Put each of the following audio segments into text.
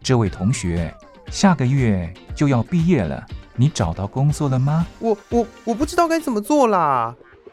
这位同学，下个月就要毕业了，你找到工作了吗？ 我不知道该怎么做啦。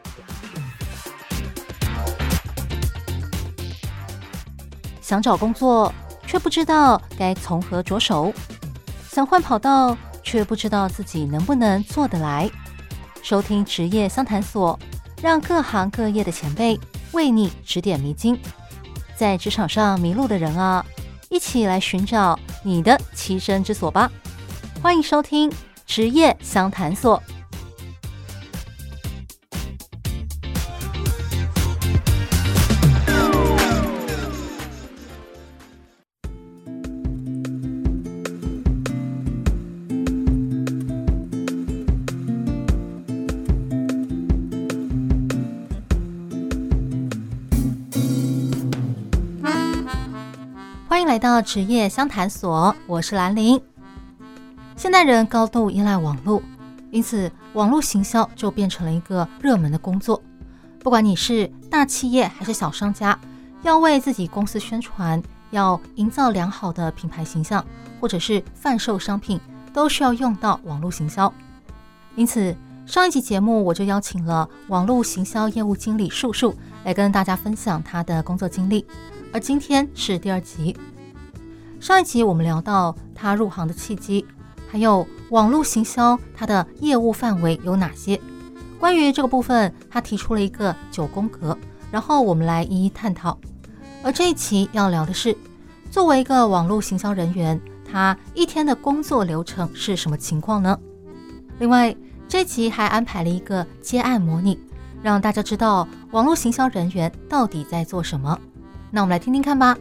想找工作，却不知道该从何着手；想换跑道，却不知道自己能不能做得来。收听职业相谈所，让各行各业的前辈为你指点迷津。在职场上迷路的人啊，一起来寻找你的栖身之所吧。欢迎收听职业相谈所。欢迎来到职业相谈所，我是兰玲。现代人高度依赖网络，因此网络行销就变成了一个热门的工作。不管你是大企业还是小商家，要为自己公司宣传，要营造良好的品牌形象，或者是贩售商品，都需要用到网络行销。因此上一集节目我就邀请了网络行销业务经理树树来跟大家分享他的工作经历，而今天是第二集。上一集我们聊到他入行的契机，还有网络行销它的业务范围有哪些。关于这个部分，他提出了一个9宫格，然后我们来一一探讨。而这一期要聊的是，作为一个网络行销人员，他一天的工作流程是什么情况呢？另外，这一集还安排了一个接案模拟，让大家知道网络行销人员到底在做什么。那我们来听听看吧。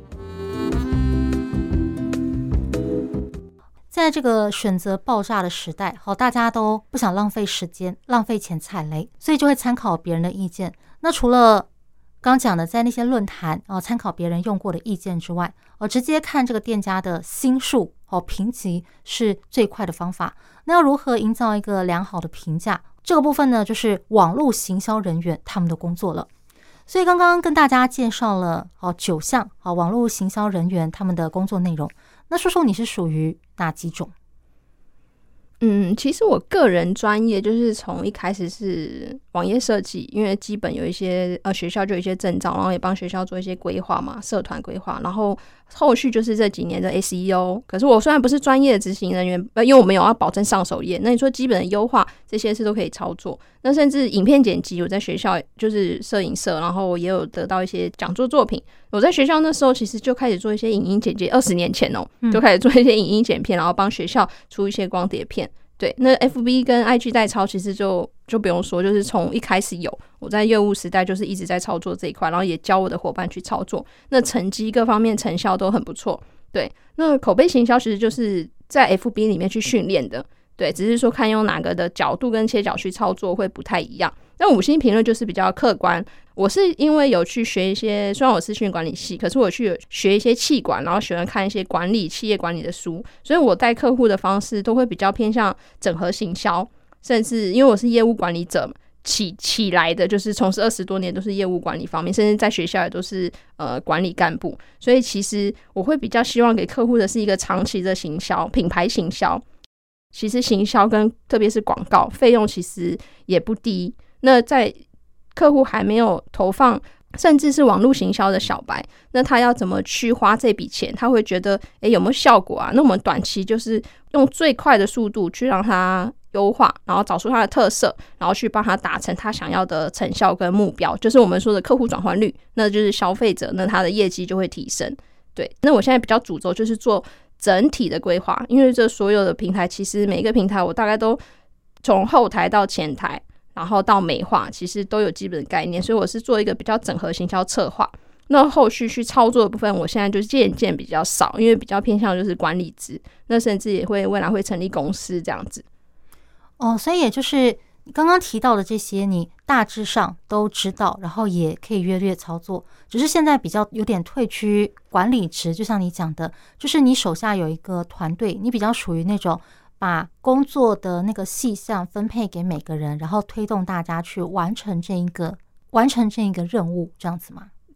在这个选择爆炸的时代，大家都不想浪费时间、浪费钱踩雷，所以就会参考别人的意见。那除了刚讲的在那些论坛参考别人用过的意见之外，直接看这个店家的星数评级是最快的方法。那要如何营造一个良好的评价？这个部分呢，就是网络行销人员他们的工作了。所以刚刚跟大家介绍了9项网络行销人员他们的工作内容。那说说你是属于哪几种？ 其实我个人专业就是从一开始是网页设计，因为基本有一些学校就有一些证照，然后也帮学校做一些规划嘛，社团规划，然后后续就是这几年的 SEO。可是我虽然不是专业的执行人员，因为我们有要保证上手页，那你说基本的优化这些事都可以操作。那甚至影片剪辑，我在学校就是摄影社，然后也有得到一些讲座作品。我在学校那时候其实就开始做一些影音剪辑，20年前就开始做一些影音剪片，然后帮学校出一些光碟片。对，那 FB 跟 IG 代操其实就不用说，就是从一开始我在业务时代就是一直在操作这一块，然后也教我的伙伴去操作，那成绩各方面成效都很不错。对，那口碑行销其实就是在 FB 里面去训练的，对，只是说看用哪个的角度跟切角去操作会不太一样。那5星评论就是比较客观，我是因为有去学一些，虽然我是训管理系，可是我去学一些企管，然后喜欢看一些企业管理的书，所以我带客户的方式都会比较偏向整合行销，甚至因为我是业务管理者起来的，就是从事20多年都是业务管理方面，甚至在学校也都是管理干部，所以其实我会比较希望给客户的是一个长期的行销，品牌行销。其实行销跟特别是广告费用其实也不低，那在客户还没有投放甚至是网络行销的小白，那他要怎么去花这笔钱，他会觉得有没有效果啊？那我们短期就是用最快的速度去让他优化，然后找出他的特色，然后去帮他达成他想要的成效跟目标，就是我们说的客户转换率，那就是消费者，那他的业绩就会提升。对，那我现在比较主轴就是做整体的规划，因为这所有的平台其实每一个平台我大概都从后台到前台然后到美化其实都有基本的概念，所以我是做一个比较整合行销策划。那后续去操作的部分我现在就渐比较少，因为比较偏向就是管理职，那甚至也会未来会成立公司这样子。 所以也就是刚刚提到的这些你大致上都知道，然后也可以略操作，只是现在比较有点退居管理职，就像你讲的，就是你手下有一个团队，你比较属于那种把工作的那个细项分配给每个人，然后推动大家去完成这一个任务，这样子吗？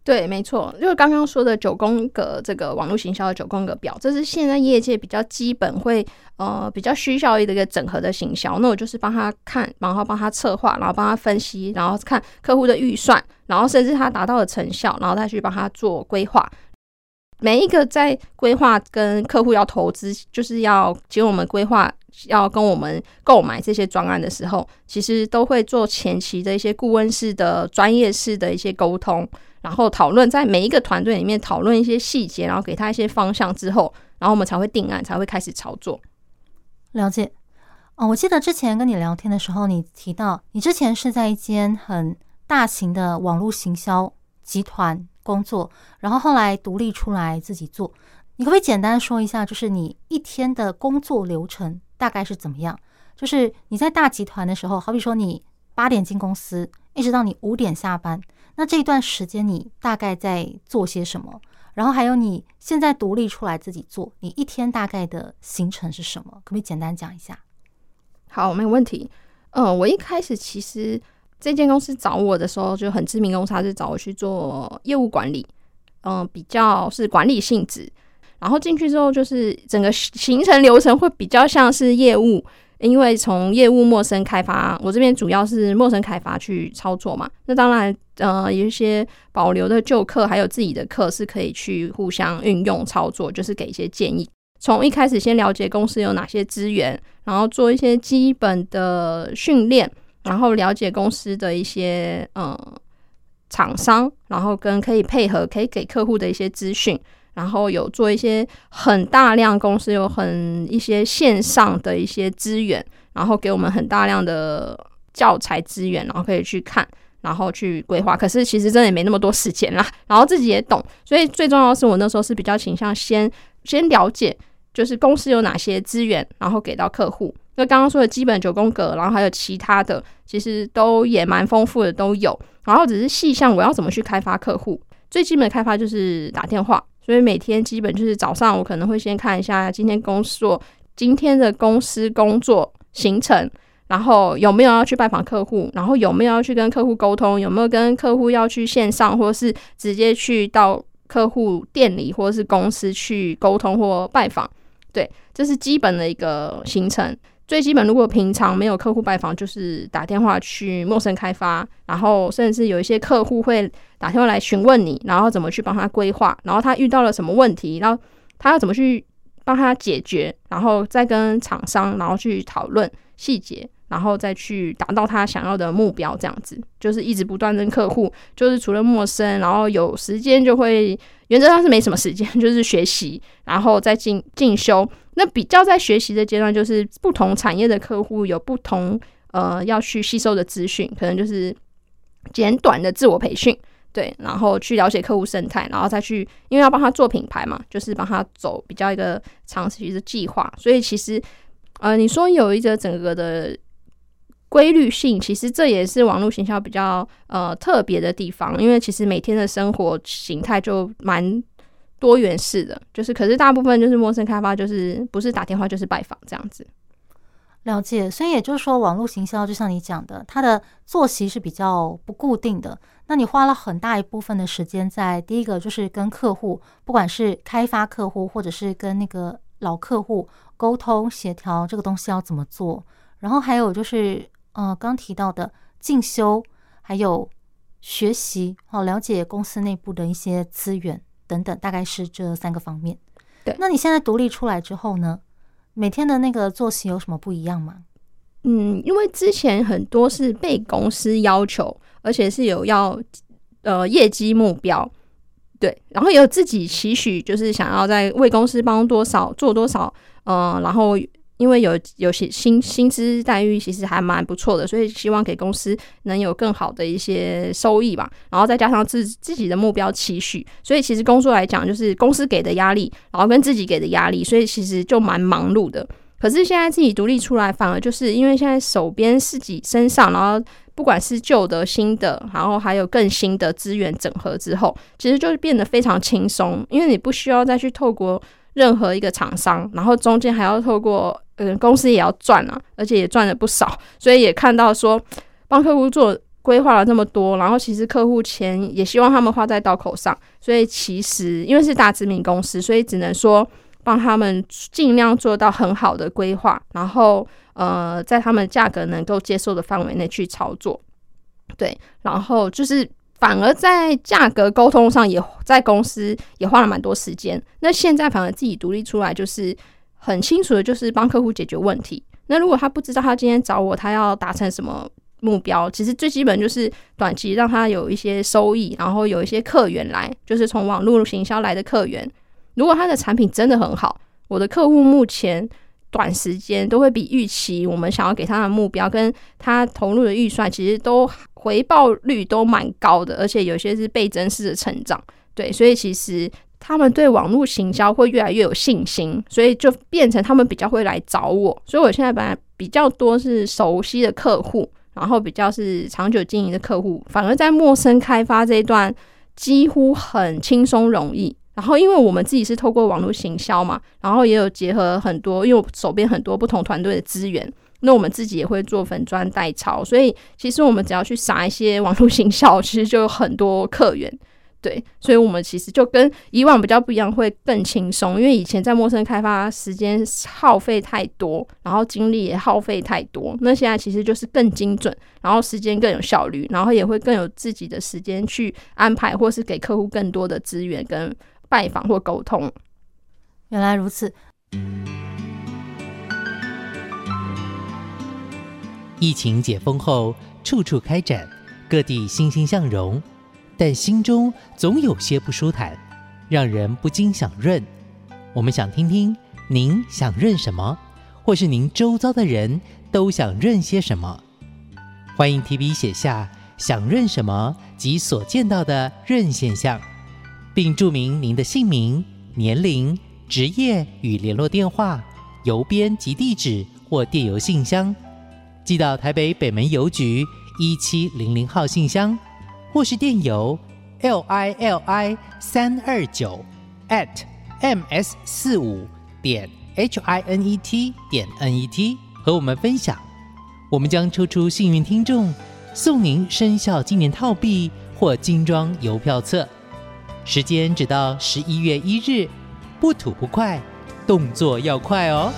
对，没错，就是刚刚说的9宫格，这个网络行销的9宫格表，这是现在业界比较基本会比较需要的一个整合的行销。那我就是帮他看，然后帮他策划，然后帮他分析，然后看客户的预算，然后甚至他达到的成效，然后再去帮他做规划。每一个在规划跟客户要投资，就是要请我们规划，要跟我们购买这些专案的时候，其实都会做前期的一些顾问式的专业式的一些沟通，然后讨论，在每一个团队里面讨论一些细节，然后给他一些方向之后，然后我们才会定案，才会开始操作。 了解。我记得之前跟你聊天的时候，你提到你之前是在一间很大型的网络行销集团工作，然后后来独立出来自己做。你可不可以简单说一下，就是你一天的工作流程大概是怎么样？就是你在大集团的时候，好比说你8点进公司，一直到你5点下班，那这一段时间你大概在做些什么？然后还有你现在独立出来自己做，你一天大概的行程是什么？可不可以简单讲一下？ 好，没有问题。我一开始其实这间公司找我的时候就很知名公司，他是找我去做业务管理，比较是管理性质。然后进去之后，就是整个行程流程会比较像是业务，因为从业务陌生开发，我这边主要是陌生开发去操作嘛。那当然，有一些保留的旧课，还有自己的课是可以去互相运用操作，就是给一些建议。从一开始先了解公司有哪些资源，然后做一些基本的训练，然后了解公司的一些厂商，然后跟可以配合可以给客户的一些资讯，然后有做一些很大量公司有一些线上的一些资源，然后给我们很大量的教材资源，然后可以去看，然后去规划。可是其实真的也没那么多时间啦，然后自己也懂，所以最重要的是我那时候是比较倾向先了解就是公司有哪些资源，然后给到客户。因为刚刚说的基本9宫格，然后还有其他的，其实都也蛮丰富的，都有。然后只是细项我要怎么去开发客户，最基本的开发就是打电话。所以每天基本就是早上我可能会先看一下今天的公司工作行程，然后有没有要去拜访客户，然后有没有要去跟客户沟通，有没有跟客户要去线上，或是直接去到客户店里或是公司去沟通或拜访。对，这是基本的一个行程。最基本，如果平常没有客户拜访，就是打电话去陌生开发，然后甚至有一些客户会打电话来询问你，然后怎么去帮他规划，然后他遇到了什么问题，然后他要怎么去帮他解决，然后再跟厂商然后去讨论细节，然后再去达到他想要的目标。这样子就是一直不断跟客户，就是除了陌生，然后有时间就会原则上是没什么时间，就是学习，然后再进修。那比较在学习的阶段，就是不同产业的客户有不同要去吸收的资讯，可能就是简短的自我培训，对，然后去了解客户生态，然后再去，因为要帮他做品牌嘛，就是帮他走比较一个长期的计划。所以其实你说有一个整个的规律性，其实这也是网络行销比较特别的地方，因为其实每天的生活形态就蛮多元式的，就是可是大部分就是陌生开发，就是不是打电话就是拜访这样子。 了解，所以也就是说，网络行销就像你讲的，它的作息是比较不固定的。那你花了很大一部分的时间在第一个就是跟客户，不管是开发客户或者是跟那个老客户沟通协调这个东西要怎么做，然后还有就是刚提到的进修，还有学习，了解公司内部的一些资源等等，大概是这3个方面。 对， 那你现在独立出来之后呢，每天的那个作息有什么不一样吗？ 因为之前很多是被公司要求，而且是有要业绩目标，对，然后也有自己期许，就是想要在为公司帮多少做多少，然后因为有些薪资待遇其实还蛮不错的，所以希望给公司能有更好的一些收益吧，然后再加上自己的目标期许，所以其实工作来讲就是公司给的压力，然后跟自己给的压力，所以其实就蛮忙碌的。可是现在自己独立出来，反而就是因为现在手边自己身上，然后不管是旧的新的，然后还有更新的资源整合之后，其实就变得非常轻松，因为你不需要再去透过任何一个厂商，然后中间还要透过公司也要赚啊，而且也赚了不少，所以也看到说帮客户做规划了这么多，然后其实客户钱也希望他们花在刀口上，所以其实因为是大知名公司，所以只能说帮他们尽量做到很好的规划，然后在他们价格能够接受的范围内去操作。对，然后就是反而在价格沟通上也在公司也花了蛮多时间。那现在反而自己独立出来，就是很清楚的就是帮客户解决问题。那如果他不知道他今天找我他要达成什么目标，其实最基本就是短期让他有一些收益，然后有一些客源来，就是从网络行销来的客源。如果他的产品真的很好，我的客户目前短时间都会比预期我们想要给他的目标跟他投入的预算其实都回报率都蛮高的，而且有些是倍增式的成长。对，所以其实他们对网络行销会越来越有信心，所以就变成他们比较会来找我。所以我现在本来比较多是熟悉的客户，然后比较是长久经营的客户，反而在陌生开发这一段几乎很轻松容易。然后因为我们自己是透过网络行销嘛，然后也有结合很多，因为我手边很多不同团队的资源，那我们自己也会做粉专代操，所以其实我们只要去撒一些网络行销，其实就有很多客源。对，所以我们其实就跟以往比较不一样，会更轻松，因为以前在陌生开发时间耗费太多，然后精力也耗费太多，那现在其实就是更精准，然后时间更有效率，然后也会更有自己的时间去安排，或是给客户更多的资源跟拜访或沟通。 原来如此。 疫情解封后，处处开展，各地欣欣向荣，但心中总有些不舒坦，让人不禁想润。我们想听听您想润什么，或是您周遭的人都想润些什么。欢迎提笔写下想润什么及所见到的润现象，并注明您的姓名、年龄、职业与联络电话、邮编及地址或电邮信箱，寄到台北北门邮局1700号信箱，或是电邮 lili329@ms45.hinet.net 和我们分享。我们将抽出幸运听众，送您生肖纪念套币或精装邮票册。时间只到11月1日，不吐不快，动作要快哦。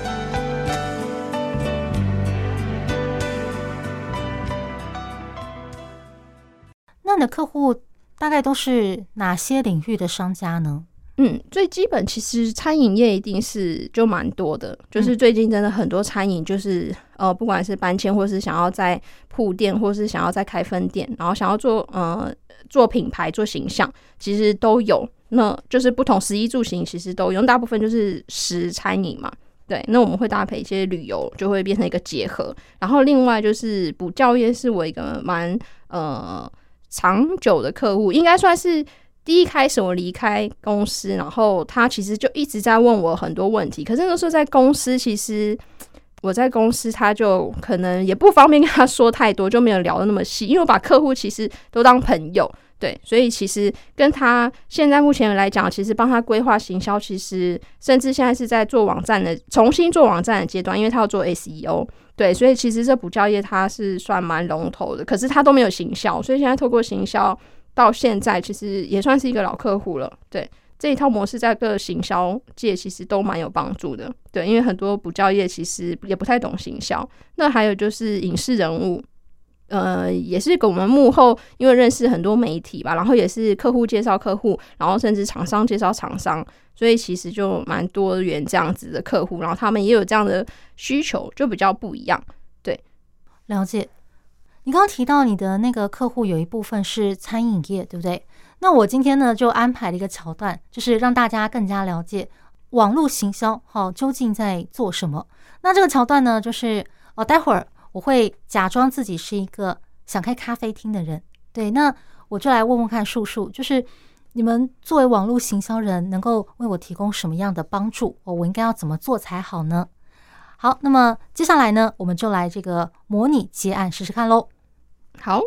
那你的客户大概都是哪些领域的商家呢？ 最基本其实餐饮业一定是就蛮多的，就是最近真的很多餐饮就是不管是搬迁或是想要再铺店，或是想要再开分店，然后想要做品牌做形象，其实都有。那就是不同食衣住行其实都有，大部分就是食餐饮嘛。对，那我们会搭配一些旅游，就会变成一个结合。然后另外就是补教业是我一个蛮长久的客户，应该算是第一开始我离开公司，然后他其实就一直在问我很多问题。可是那时候在公司，其实我在公司他就可能也不方便跟他说太多，就没有聊得那么细，因为我把客户其实都当朋友。对，所以其实跟他现在目前来讲，其实帮他规划行销，其实甚至现在是在做网站的重新做网站的阶段，因为他要做 SEO。对，所以其实这补教业它是算蛮龙头的，可是他都没有行销，所以现在透过行销到现在其实也算是一个老客户了。对，这一套模式在各行销界其实都蛮有帮助的。对，因为很多补教业其实也不太懂行销。那还有就是影视人物，也是给我们幕后，因为认识很多媒体吧，然后也是客户介绍客户，然后甚至厂商介绍厂商，所以其实就蛮多元这样子的客户，然后他们也有这样的需求，就比较不一样。对， 了解。你刚刚提到你的那个客户有一部分是餐饮业，对不对？那我今天呢就安排了一个桥段，就是让大家更加了解网络行销究竟在做什么。那这个桥段呢，就是待会儿我会假装自己是一个想开咖啡厅的人。对，那我就来问问看树树，就是你们作为网络行销人能够为我提供什么样的帮助？我应该要怎么做才好呢？好，那么接下来呢，我们就来这个模拟接案试试看咯。 好，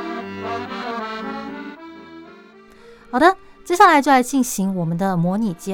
好的，接下来就来进行我们的模拟接案。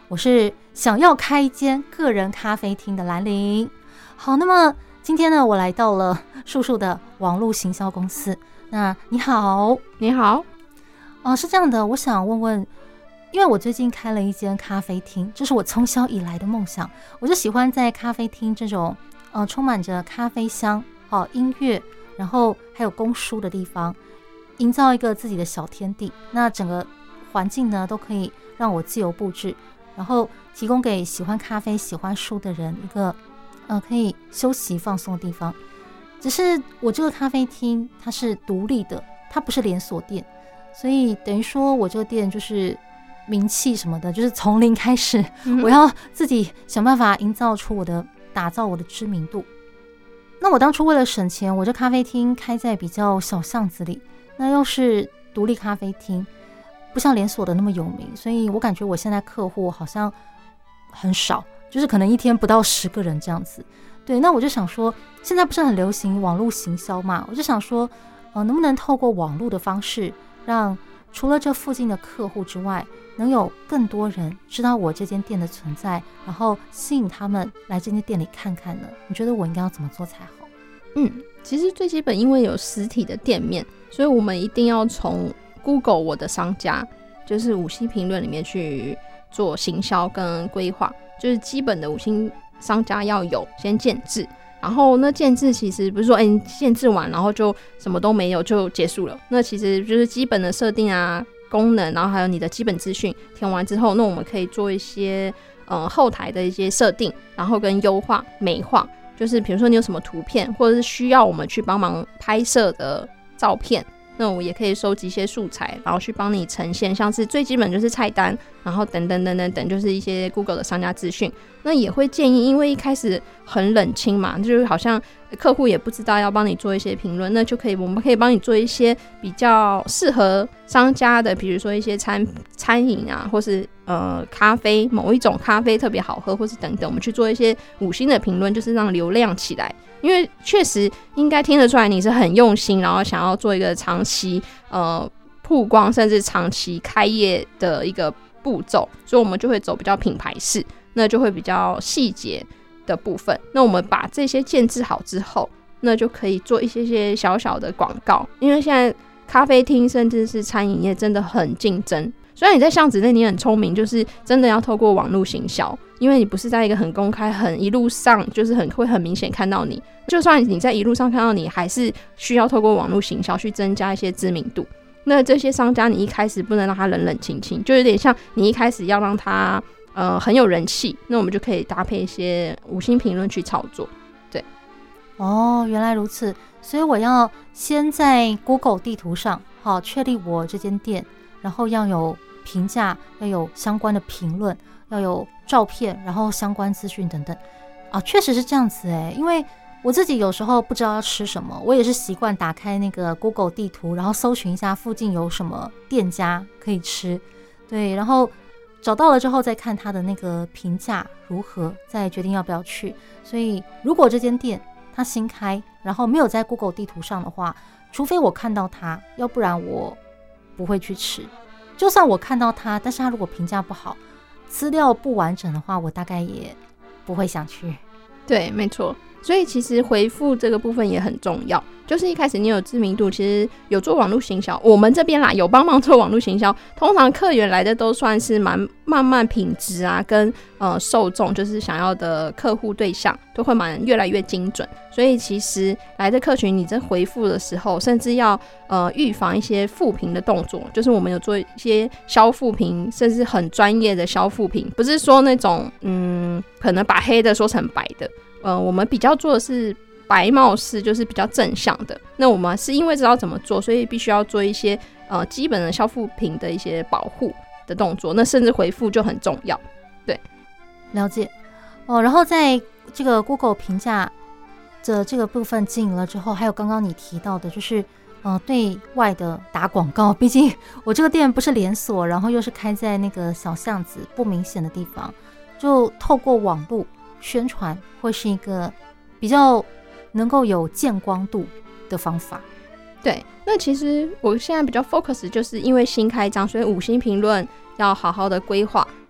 我是想要开一间个人咖啡厅的兰玲。好，那么今天呢，我来到了树树的网络行销公司。那你好。 你好。 是这样的，我想问问，因为我最近开了一间咖啡厅，这是我从小以来的梦想。我就喜欢在咖啡厅这种充满着咖啡香、音乐，然后还有供书的地方，营造一个自己的小天地。那整个环境呢，都可以让我自由布置，然后提供给喜欢咖啡、喜欢书的人一个可以休息放松的地方。只是我这个咖啡厅它是独立的，它不是连锁店，所以等于说我这个店就是名气什么的，就是从零开始，我要自己想办法打造我的知名度。那我当初为了省钱，我这咖啡厅开在比较小巷子里，那又是独立咖啡厅，不像连锁的那么有名，所以我感觉我现在客户好像很少，就是可能一天不到10个人这样子。对，那我就想说，现在不是很流行网络行销嘛，我就想说能不能透过网络的方式，让除了这附近的客户之外，能有更多人知道我这间店的存在，然后吸引他们来这间店里看看呢？你觉得我应该要怎么做才好？ 其实最基本，因为有实体的店面，所以我们一定要从 Google 我的商家，就是5星评论里面去做行销跟规划，就是基本的5星商家要有先建制。然后那建制其实不是说你建制完然后就什么都没有就结束了，那其实就是基本的设定啊、功能，然后还有你的基本资讯填完之后，那我们可以做一些后台的一些设定，然后跟优化美化，就是比如说你有什么图片或者是需要我们去帮忙拍摄的照片，那我也可以收集一些素材，然后去帮你呈现，像是最基本就是菜单，然后等等等等等，就是一些 Google 的商家资讯。那也会建议，因为一开始很冷清嘛，就是好像客户也不知道要帮你做一些评论，那就可以我们可以帮你做一些比较适合商家的，比如说一些餐饮啊，或是咖啡，某一种咖啡特别好喝，或是等等，我们去做一些5星的评论，就是让流量起来。因为确实应该听得出来你是很用心，然后想要做一个长期曝光甚至长期开业的一个步骤，所以我们就会走比较品牌式，那就会比较细节的部分。那我们把这些建制好之后，那就可以做一些小小的广告。因为现在咖啡厅甚至是餐饮业真的很竞争，虽然你在巷子内你很聪明，就是真的要透过网络行销，因为你不是在一个很公开很一路上就是会很明显看到你，就算你在一路上看到你，还是需要透过网络行销去增加一些知名度。那这些商家你一开始不能让他冷冷清清，就有点像你一开始要让他很有人气，那我们就可以搭配一些5星评论去操作。对， 原来如此，所以我要先在 Google 地图上确立我这间店，然后要有评价，要有相关的评论，要有照片，然后相关资讯等等确实是这样子因为我自己有时候不知道要吃什么，我也是习惯打开那个 Google 地图，然后搜寻一下附近有什么店家可以吃，对，然后找到了之后再看他的那个评价如何，再决定要不要去。所以如果这间店它新开，然后没有在 Google 地图上的话，除非我看到它，要不然我不会去吃。就算我看到它，但是它如果评价不好，资料不完整的话，我大概也不会想去。 对，没错。所以其实回复这个部分也很重要，就是一开始你有知名度，其实有做网络行销，我们这边啦有帮忙做网络行销，通常客源来的都算是慢慢品质啊，跟受众就是想要的客户对象都会越来越精准。所以其实来的客群你在回复的时候，甚至要预防一些负评的动作，就是我们有做一些消负评，甚至很专业的消负评，不是说那种可能把黑的说成白的。我们比较做的是白貌式，就是比较正向的。那我们是因为知道怎么做，所以必须要做一些基本的消负评的一些保护的动作。那甚至回复就很重要。对， 了解然后在这个 Google 评价的这个部分经营了之后，还有刚刚你提到的，就是对外的打广告。毕竟我这个店不是连锁，然后又是开在那个小巷子不明显的地方，就透过网络宣传会是一个比较能够有见光度的方法。 对，那其实我现在比较 focus 就是因为新开张，所以5星评论要好好的规划，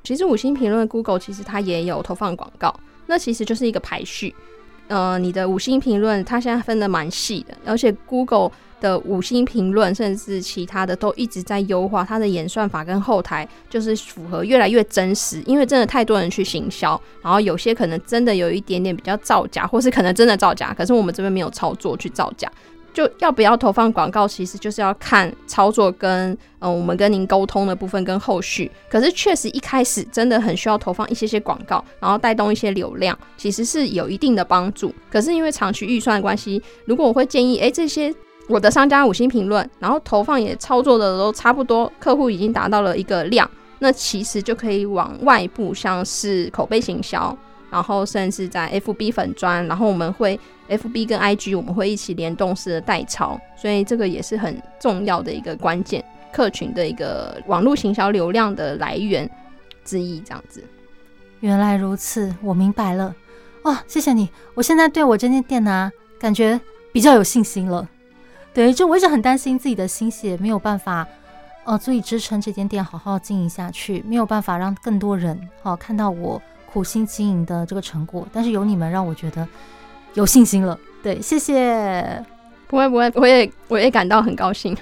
其实5星评论 Google 其实它也有投放广告，那其实就是一个排序。你的5星评论它现在分得蛮细的，而且 Google 的5星评论甚至其他的都一直在优化它的演算法跟后台，就是符合越来越真实，因为真的太多人去行销，然后有些可能真的有一点点比较造假，或是可能真的造假，可是我们这边没有操作去造假，就要不要投放广告其实就是要看操作跟我们跟您沟通的部分跟后续。可是确实一开始真的很需要投放一些广告，然后带动一些流量，其实是有一定的帮助。可是因为长期预算的关系，如果我会建议这些我的商家5星评论，然后投放也操作的都差不多，客户已经达到了一个量，那其实就可以往外部，像是口碑行销，然后甚至在 FB 粉专，然后我们会 FB 跟 IG 我们会一起联动式的代操，所以这个也是很重要的一个关键客群的一个网络行销流量的来源之一，这样子。 原来如此，我明白了。谢谢你，我现在对我这间店感觉比较有信心了。对，就我一直很担心自己的心血没有办法足以支撑这间店好好经营下去，没有办法让更多人看到我苦心经营的这个成果，但是有你们让我觉得有信心了。对，谢谢。 不会，我也感到很高兴。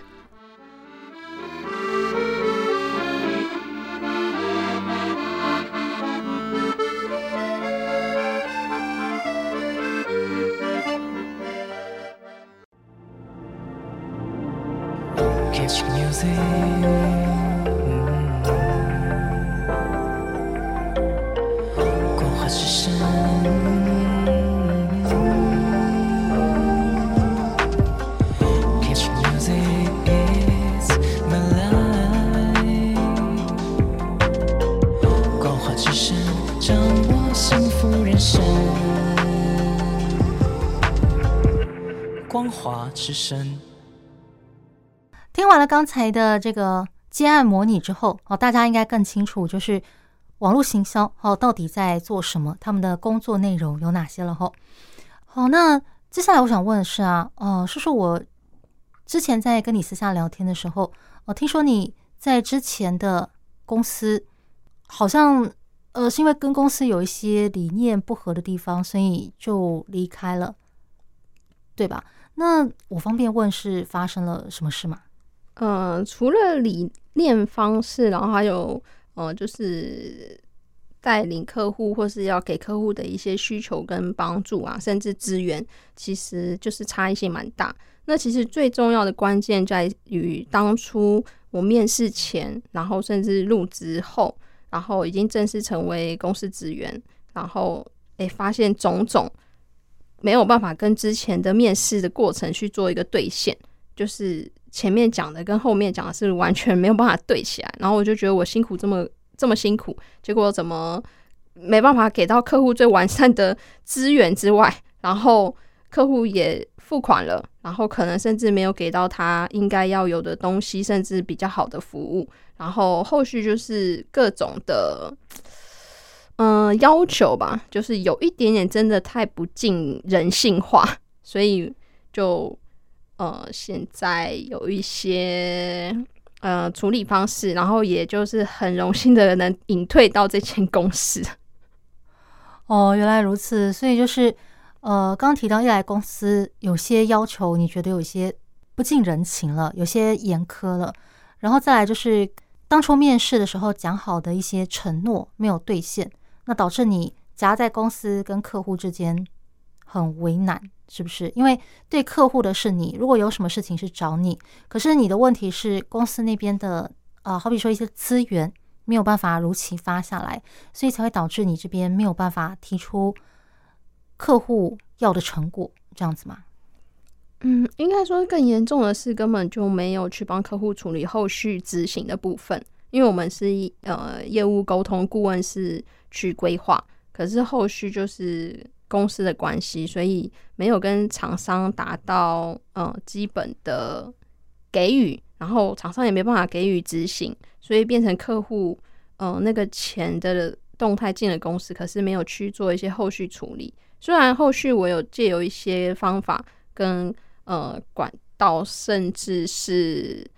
光华之声。 听完了刚才的这个接案模拟之后，大家应该更清楚就是网络行销到底在做什么，他们的工作内容有哪些了。好，那接下来我想问的是叔叔，我之前在跟你私下聊天的时候，听说你在之前的公司好像是因为跟公司有一些理念不合的地方，所以就离开了，对吧？那我方便问是发生了什么事吗？ 除了理念方式，然后还有就是带领客户或是要给客户的一些需求跟帮助甚至资源，其实就是差异性蛮大。那其实最重要的关键在于当初我面试前，然后甚至入职后，然后已经正式成为公司职员，然后发现种种没有办法跟之前的面试的过程去做一个兑现，就是前面讲的跟后面讲的是完全没有办法对起来，然后我就觉得我辛苦这么辛苦，结果怎么没办法给到客户最完善的资源之外，然后客户也付款了，然后可能甚至没有给到他应该要有的东西，甚至比较好的服务，然后后续就是各种的要求吧，就是有一点点真的太不近人性化，所以就现在有一些处理方式，然后也就是很荣幸的能隐退到这间公司。 原来如此，所以就是刚刚提到一来公司有些要求你觉得有些不近人情了，有些严苛了，然后再来就是当初面试的时候讲好的一些承诺没有兑现，那导致你夹在公司跟客户之间很为难，是不是？因为对客户的是你，如果有什么事情是找你，可是你的问题是公司那边的好比说一些资源没有办法如期发下来，所以才会导致你这边没有办法提出客户要的成果，这样子吗？ 应该说更严重的是根本就没有去帮客户处理后续执行的部分，因为我们是业务沟通顾问是去规划，可是后续就是公司的关系，所以没有跟厂商达到基本的给予，然后厂商也没办法给予执行，所以变成客户那个钱的动态进了公司，可是没有去做一些后续处理。虽然后续我有借由一些方法跟管道，甚至是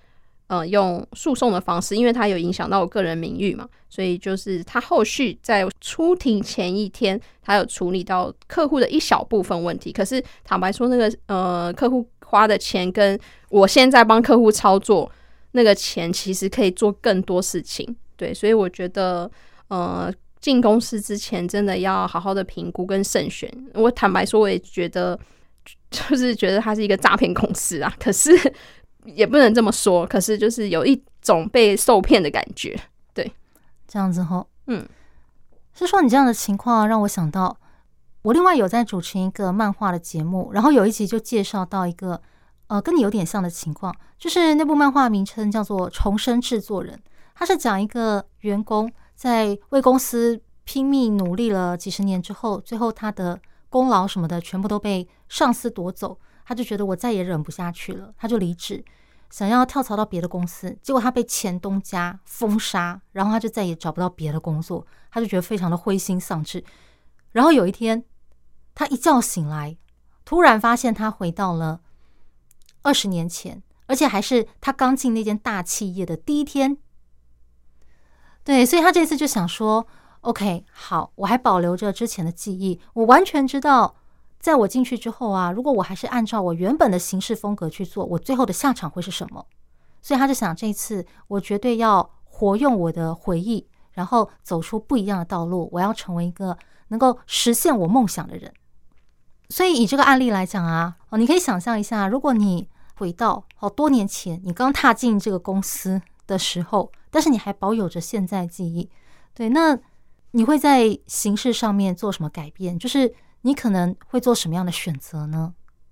用诉讼的方式，因为它有影响到我个人名誉嘛，所以就是他后续在出庭前一天，他有处理到客户的一小部分问题。可是坦白说，那个客户花的钱跟我现在帮客户操作那个钱，其实可以做更多事情。对，所以我觉得进公司之前真的要好好的评估跟慎选。我坦白说，我也觉得它是一个诈骗公司啊，可是也不能这么说，可是就是有一种被受骗的感觉。对， 这样子吼，是说你这样的情况让我想到，我另外有在主持一个漫画的节目，然后有一集就介绍到一个跟你有点像的情况，就是那部漫画名称叫做《重生制作人》，它是讲一个员工在为公司拼命努力了几十年之后，最后他的功劳什么的全部都被上司夺走，他就觉得我再也忍不下去了，他就离职，想要跳槽到别的公司，结果他被前东家封杀，然后他就再也找不到别的工作，他就觉得非常的灰心丧志。然后有一天他一觉醒来，突然发现他回到了20年前，而且还是他刚进那间大企业的第一天。对，所以他这次就想说 OK 好，我还保留着之前的记忆，我完全知道在我进去之后啊，如果我还是按照我原本的行事风格去做，我最后的下场会是什么。所以他就想，这一次我绝对要活用我的回忆，然后走出不一样的道路，我要成为一个能够实现我梦想的人。所以以这个案例来讲啊，你可以想象一下，如果你回到好多年前，你刚踏进这个公司的时候，但是你还保有着现在记忆，对，那你会在形式上面做什么改变？就是你可能会做什么样的选择呢？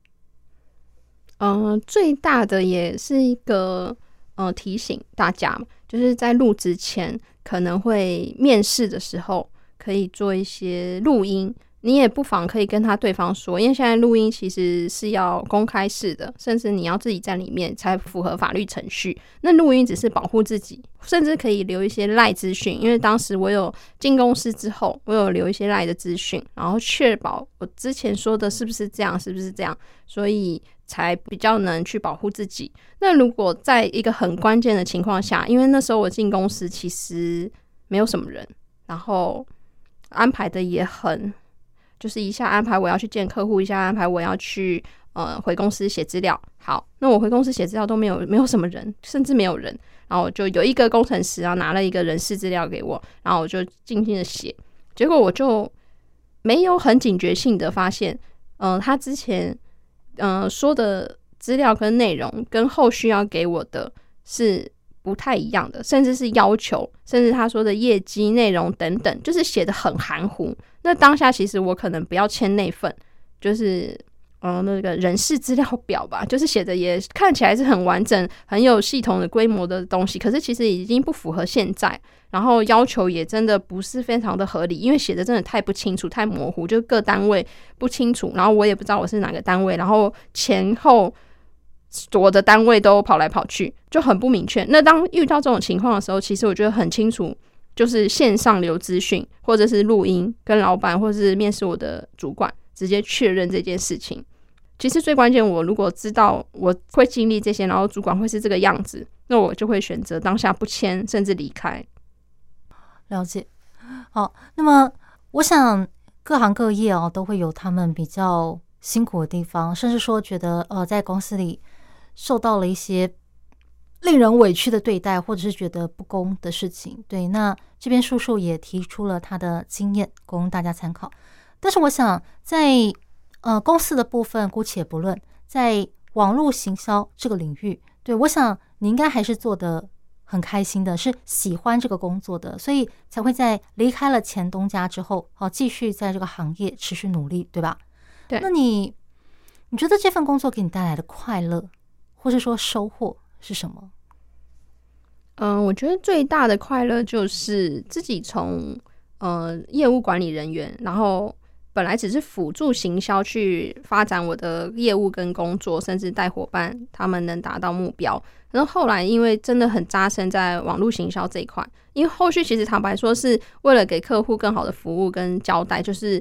最大的也是一个提醒大家，就是在录之前可能会面试的时候可以做一些录音，你也不妨可以跟对方说，因为现在录音其实是要公开式的，甚至你要自己在里面才符合法律程序。那录音只是保护自己，甚至可以留一些LINE资讯，因为当时我有进公司之后，我有留一些LINE的资讯，然后确保我之前说的是不是这样，所以才比较能去保护自己。那如果在一个很关键的情况下，因为那时候我进公司其实没有什么人，然后安排的也很就是一下安排我要去见客户，一下安排我要去回公司写资料。好，那我回公司写资料都没有什么人，甚至没有人，然后我就有一个工程师啊拿了一个人事资料给我，然后我就静静的写，结果我就没有很警觉性的发现他之前说的资料跟内容跟后续要给我的是不太一样的，甚至是要求，甚至他说的业绩内容等等，就是写得很含糊。那当下其实我可能不要签那份，就是那个人事资料表吧，就是写的也看起来是很完整、很有系统的规模的东西，可是其实已经不符合现在，然后要求也真的不是非常的合理，因为写的真的太不清楚、太模糊，就各单位不清楚，然后我也不知道我是哪个单位，然后前后我的单位都跑来跑去，就很不明确。那当遇到这种情况的时候，其实我觉得很清楚，就是线上留资讯，或者是录音，跟老板或者是面试我的主管直接确认这件事情。其实最关键，我如果知道我会经历这些，然后主管会是这个样子，那我就会选择当下不签，甚至离开。 了解。好，那么我想各行各业都会有他们比较辛苦的地方，甚至说觉得在公司里受到了一些令人委屈的对待，或者是觉得不公的事情。对，那这边叔叔也提出了他的经验供大家参考。但是我想在公司的部分姑且不论，在网络行销这个领域，对，我想你应该还是做得很开心的，是喜欢这个工作的，所以才会在离开了前东家之后继续在这个行业持续努力，对吧？ 对。 那你觉得这份工作给你带来的快乐或是说收获是什么？ 我觉得最大的快乐就是自己从业务管理人员，然后本来只是辅助行销去发展我的业务跟工作，甚至带伙伴他们能达到目标。然后后来因为真的很扎深在网络行销这一块，因为后续其实坦白说是为了给客户更好的服务跟交代，就是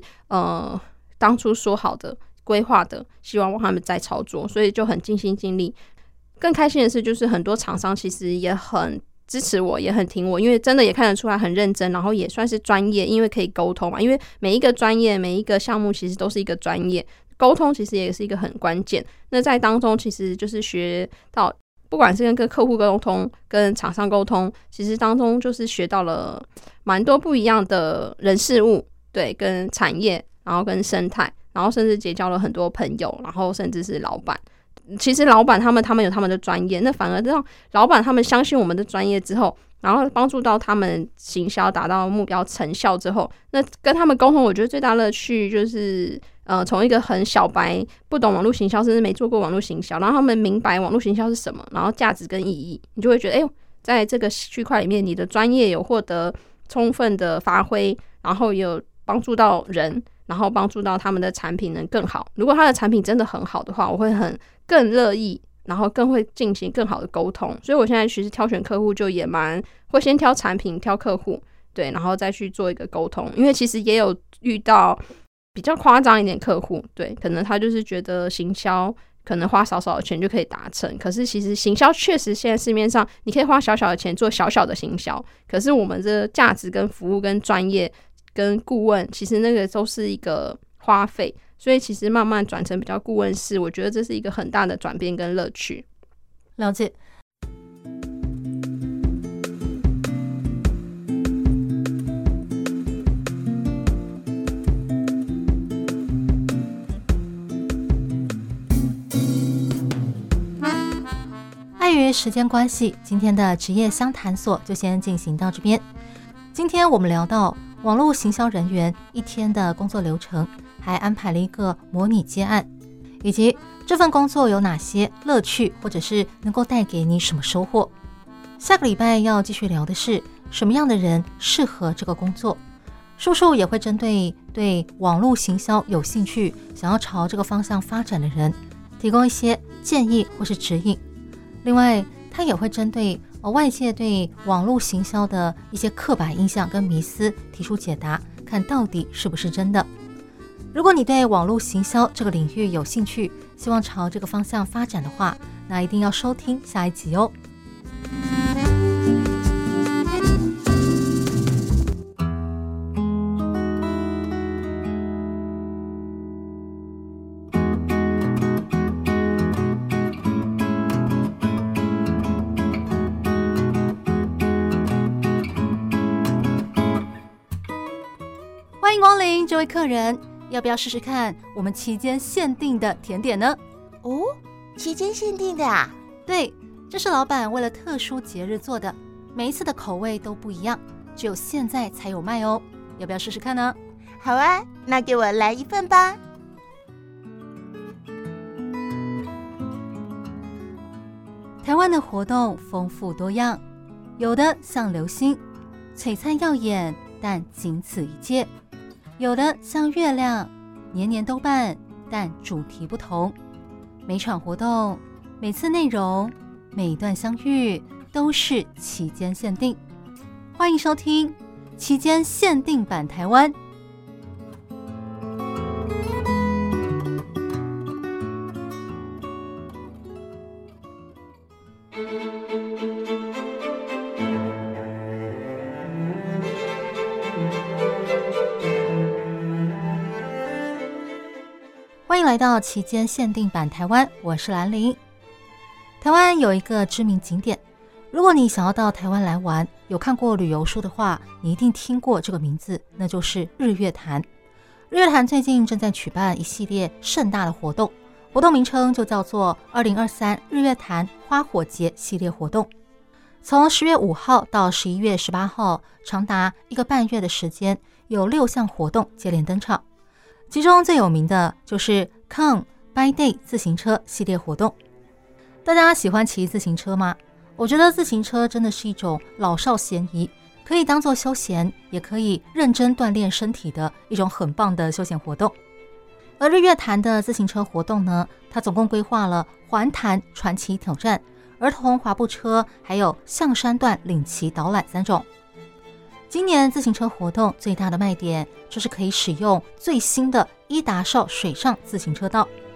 当初说好的规划的希望让他们再操作，所以就很尽心尽力。 更开心的是，就是很多厂商其实也很支持我，也很挺我，因为真的也看得出来很认真，然后也算是专业，因为可以沟通嘛。因为每一个专业、每一个项目其实都是一个专业，沟通其实也是一个很关键。那在当中，其实就是学到，不管是跟客户沟通、跟厂商沟通，其实当中就是学到了蛮多不一样的人事物，对，跟产业，然后跟生态，然后甚至结交了很多朋友，然后甚至是老板。其实老板他们有他们的专业，那反而让老板他们相信我们的专业之后，然后帮助到他们行销达到目标成效之后，那跟他们沟通，我觉得最大乐趣就是从一个很小白不懂网络行销，甚至没做过网络行销，然后他们明白网络行销是什么，然后价值跟意义，你就会觉得在这个区块里面，你的专业有获得充分的发挥，然后也有帮助到人，然后帮助到他们的产品能更好。如果他的产品真的很好的话，我会更乐意，然后更会进行更好的沟通。所以我现在其实挑选客户就也蛮会先挑产品、挑客户，对，然后再去做一个沟通。因为其实也有遇到比较夸张一点客户，对，可能他就是觉得行销可能花少少的钱就可以达成，可是其实行销确实现在市面上你可以花小小的钱做小小的行销，可是我们这价值跟服务跟专业跟顾问，其实那个都是一个花费，所以其实慢慢转成比较顾问式，我觉得这是一个很大的转变跟乐趣。 了解。碍于时间关系，今天的职业相谈所就先进行到这边。今天我们聊到网络行销人员一天的工作流程，还安排了一个模拟接案，以及这份工作有哪些乐趣，或者是能够带给你什么收获。下个礼拜要继续聊的是什么样的人适合这个工作。叔叔也会针对网络行销有兴趣，想要朝这个方向发展的人，提供一些建议或是指引。另外，他也会针对外界对网络行销的一些刻板印象跟迷思提出解答，看到底是不是真的。如果你对网络行销这个领域有兴趣，希望朝这个方向发展的话，那一定要收听下一集哦。欢迎光临，这位客人，要不要试试看我们期间限定的甜点呢？ 哦，期间限定的啊？ 对，这是老板为了特殊节日做的，每一次的口味都不一样，只有现在才有卖哦。要不要试试看呢？ 好啊，那给我来一份吧。 台湾的活动丰富多样，有的像流星，璀璨耀眼，但仅此一届；有的像月亮，年年都办，但主题不同。每场活动、每次内容、每一段相遇都是期间限定。欢迎收听期间限定版台湾。欢迎来到期间限定版台湾，我是兰玲。台湾有一个知名景点，如果你想要到台湾来玩，有看过旅游书的话，你一定听过这个名字，那就是日月潭。日月潭最近正在举办一系列盛大的活动，活动名称就叫做2023日月潭花火节系列活动。从10月5号到11月18号，长达1个半月的时间，有6项活动接连登场。其中最有名的就是 Come by Day 自行车系列活动。大家喜欢骑自行车吗？我觉得自行车真的是一种老少咸宜，可以当作休闲，也可以认真锻炼身体的一种很棒的休闲活动。而日月潭的自行车活动呢，它总共规划了环潭传奇挑战、儿童滑步车，还有象山段领骑导览3种。今年自行车活动最大的卖点就是可以使用最新的伊达邵水上自行车道。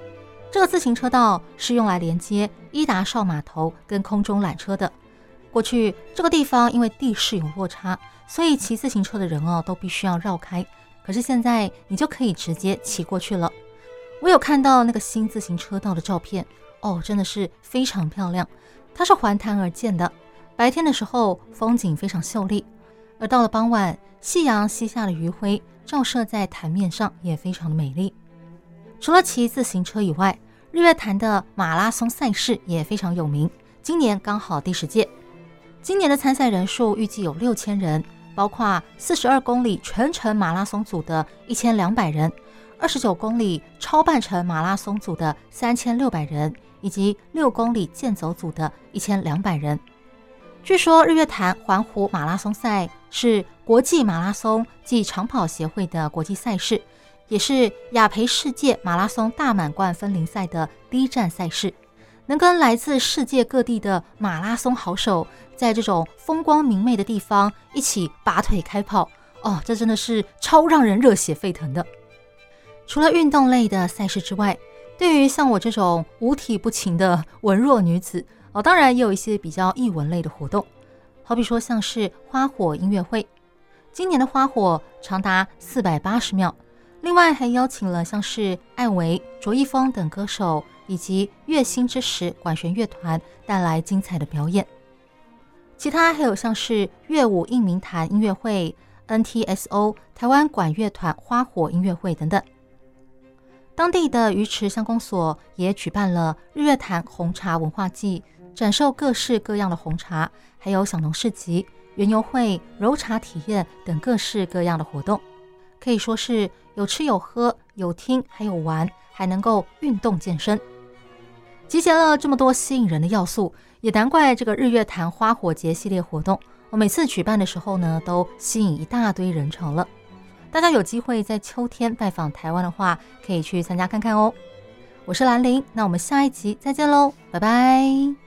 这个自行车道是用来连接伊达邵码头跟空中缆车的。过去这个地方因为地势有落差，所以骑自行车的人都必须要绕开。可是现在你就可以直接骑过去了。我有看到那个新自行车道的照片，真的是非常漂亮。它是环潭而建的，白天的时候风景非常秀丽，而到了傍晚，夕阳西下的余晖照射在潭面上，也非常的美丽。除了骑自行车以外，日月潭的马拉松赛事也非常有名，今年刚好第10届。今年的参赛人数预计有6000人，包括42公里全程马拉松组的1200人，29公里超半程马拉松组的3600人，以及6公里健走组的1200人。据说日月潭环湖马拉松赛是国际马拉松暨长跑协会的国际赛事，也是亚培世界马拉松大满贯分龄赛的第一站赛事，能跟来自世界各地的马拉松好手在这种风光明媚的地方一起拔腿开跑，这真的是超让人热血沸腾的。除了运动类的赛事之外，对于像我这种五体不勤的文弱女子，当然也有一些比较艺文类的活动，好比说像是花火音乐会。今年的花火长达480秒，另外还邀请了像是艾薇、卓一峰等歌手以及月星之时管弦乐团带来精彩的表演。其他还有像是乐舞应名坛音乐会、NTSO 台湾管乐团花火音乐会等等。当地的鱼池乡公所也举办了日月潭红茶文化季，展售各式各样的红茶，还有小农市集、园游会、揉茶体验等各式各样的活动，可以说是有吃有喝有听还有玩，还能够运动健身。集结了这么多吸引人的要素，也难怪这个日月潭花火节系列活动，我每次举办的时候呢，都吸引一大堆人潮了。大家有机会在秋天拜访台湾的话，可以去参加看看哦。我是兰玲，那我们下一集再见喽，拜拜。